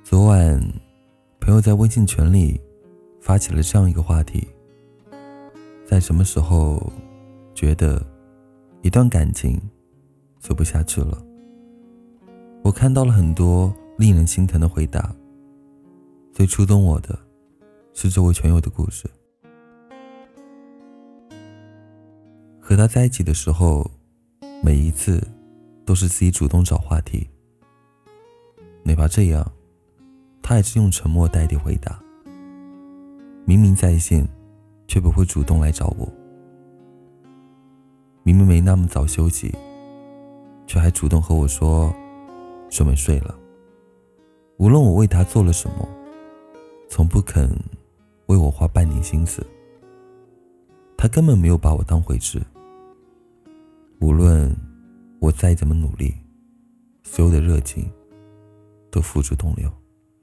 昨晚朋友在微信群里发起了这样一个话题：在什么时候觉得一段感情走不下去了？我看到了很多令人心疼的回答，最触动我的是这位群友的故事。和他在一起的时候，每一次都是自己主动找话题，哪怕这样他还是用沉默代替回答，明明在线却不会主动来找我，明明没那么早休息，却还主动和我说准备睡了。无论我为他做了什么，从不肯为我花半点心思，他根本没有把我当回事。无论我再怎么努力，所有的热情都付诸东流。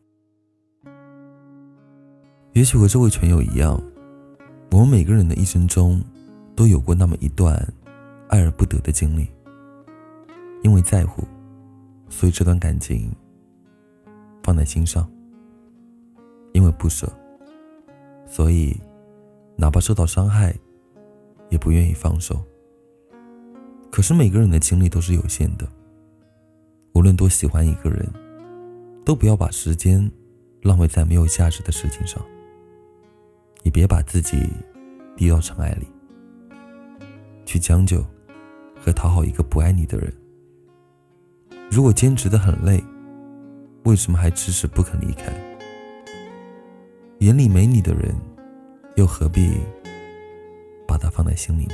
也许和这位群友一样，我们每个人的一生中都有过那么一段爱而不得的经历。因为在乎，所以这段感情放在心上；因为不舍，所以哪怕受到伤害也不愿意放手。可是每个人的精力都是有限的，无论多喜欢一个人，都不要把时间浪费在没有价值的事情上，也别把自己逼到尘埃里，去将就和讨好一个不爱你的人。如果坚持得很累，为什么还迟迟不肯离开？眼里没你的人，又何必把它放在心里呢？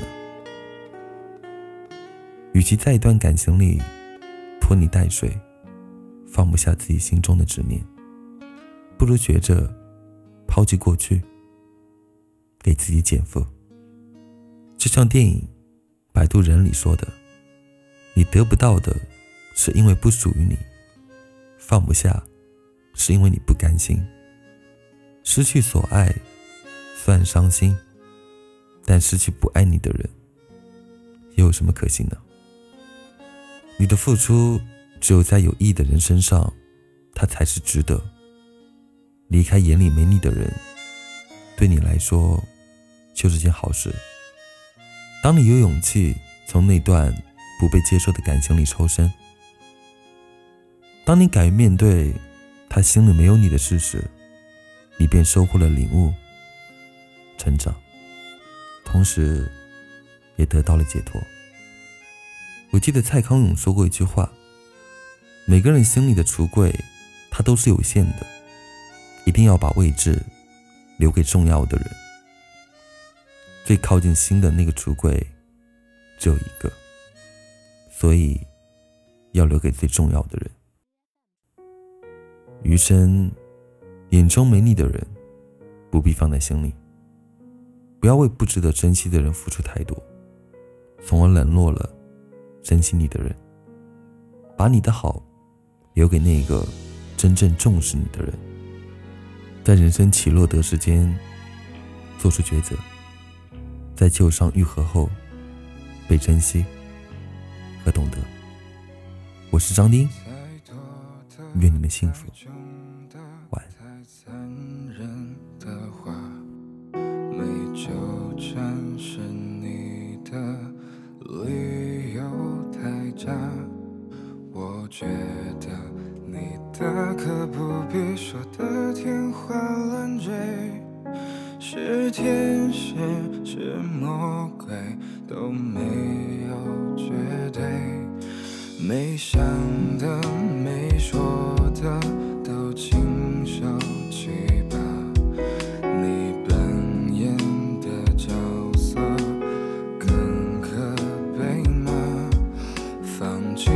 与其在一段感情里拖泥带水，放不下自己心中的执念，不如学着抛弃过去，给自己减负。就像电影《摆渡人》里说的，你得不到的是因为不属于你，放不下是因为你不甘心。失去所爱虽然伤心，但失去不爱你的人又有什么可惜呢？你的付出只有在有意义的人身上，他才是值得。离开眼里没你的人，对你来说就是件好事。当你有勇气从那段不被接受的感情里抽身，当你敢于面对他心里没有你的事实，你便收获了领悟、成长，同时也得到了解脱。我记得蔡康永说过一句话，每个人心里的橱柜它都是有限的，一定要把位置留给重要的人。最靠近心的那个橱柜只有一个，所以要留给最重要的人。余生眼中没你的人不必放在心里，不要为不值得珍惜的人付出太多，从而冷落了珍惜你的人。把你的好留给那个真正重视你的人，在人生起落得失间做出抉择，在旧伤愈合后被珍惜和懂得。我是张丁，愿你们幸福，晚安。 我觉得你的可不必说的天花乱坠，是天使是魔鬼都没有绝对，没想的没说的都亲手去吧，你扮演的角色更可悲吗？放弃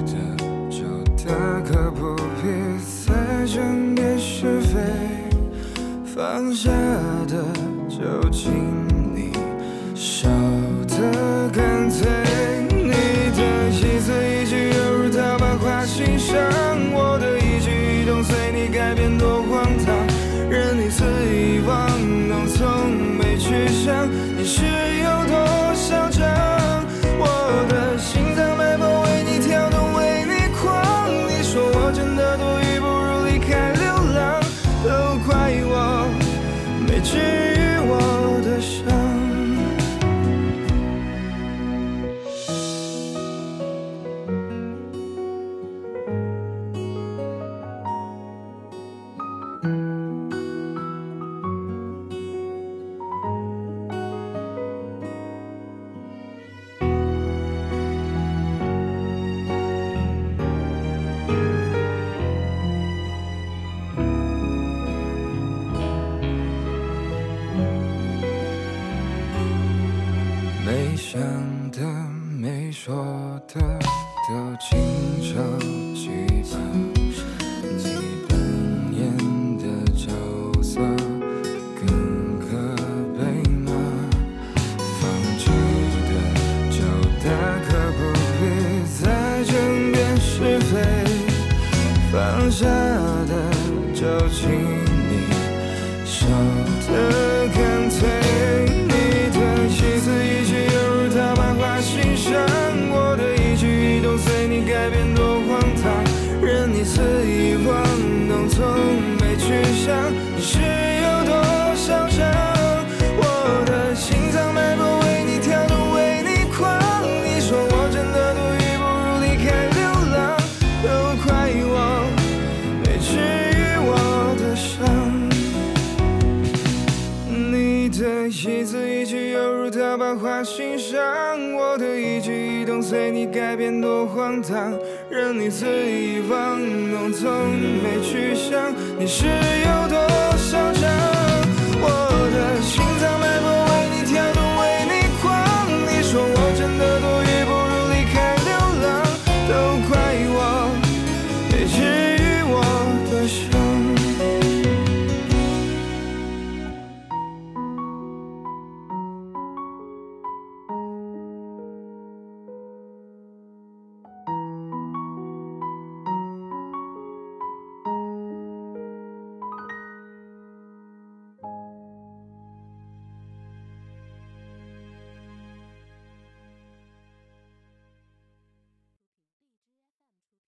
大可不必再争辩是非，放下的就请你少得干脆。你的意思一句犹如刀疤划心上，我的一举一动随你改变多荒唐，任你肆意妄动，从没去想你是有多嚣张。我的心脏脉搏为你跳动，为你狂，你说我真的多余，不如离开了剩下的就请你少的干脆。你的一字一句犹如刀般划心上，我的一举一动随你改变多荒唐，任你肆意玩弄，从没去想你是有多嚣张。我的心脏脉搏为你跳动，为你狂。你说我真的多余，不如离开流浪，都快遗忘没治愈我的伤。你的一字一句犹如刀疤划心上，我的一举一动随你改变多荒唐，任你肆意玩弄，从没去想你是有多嚣张。我的心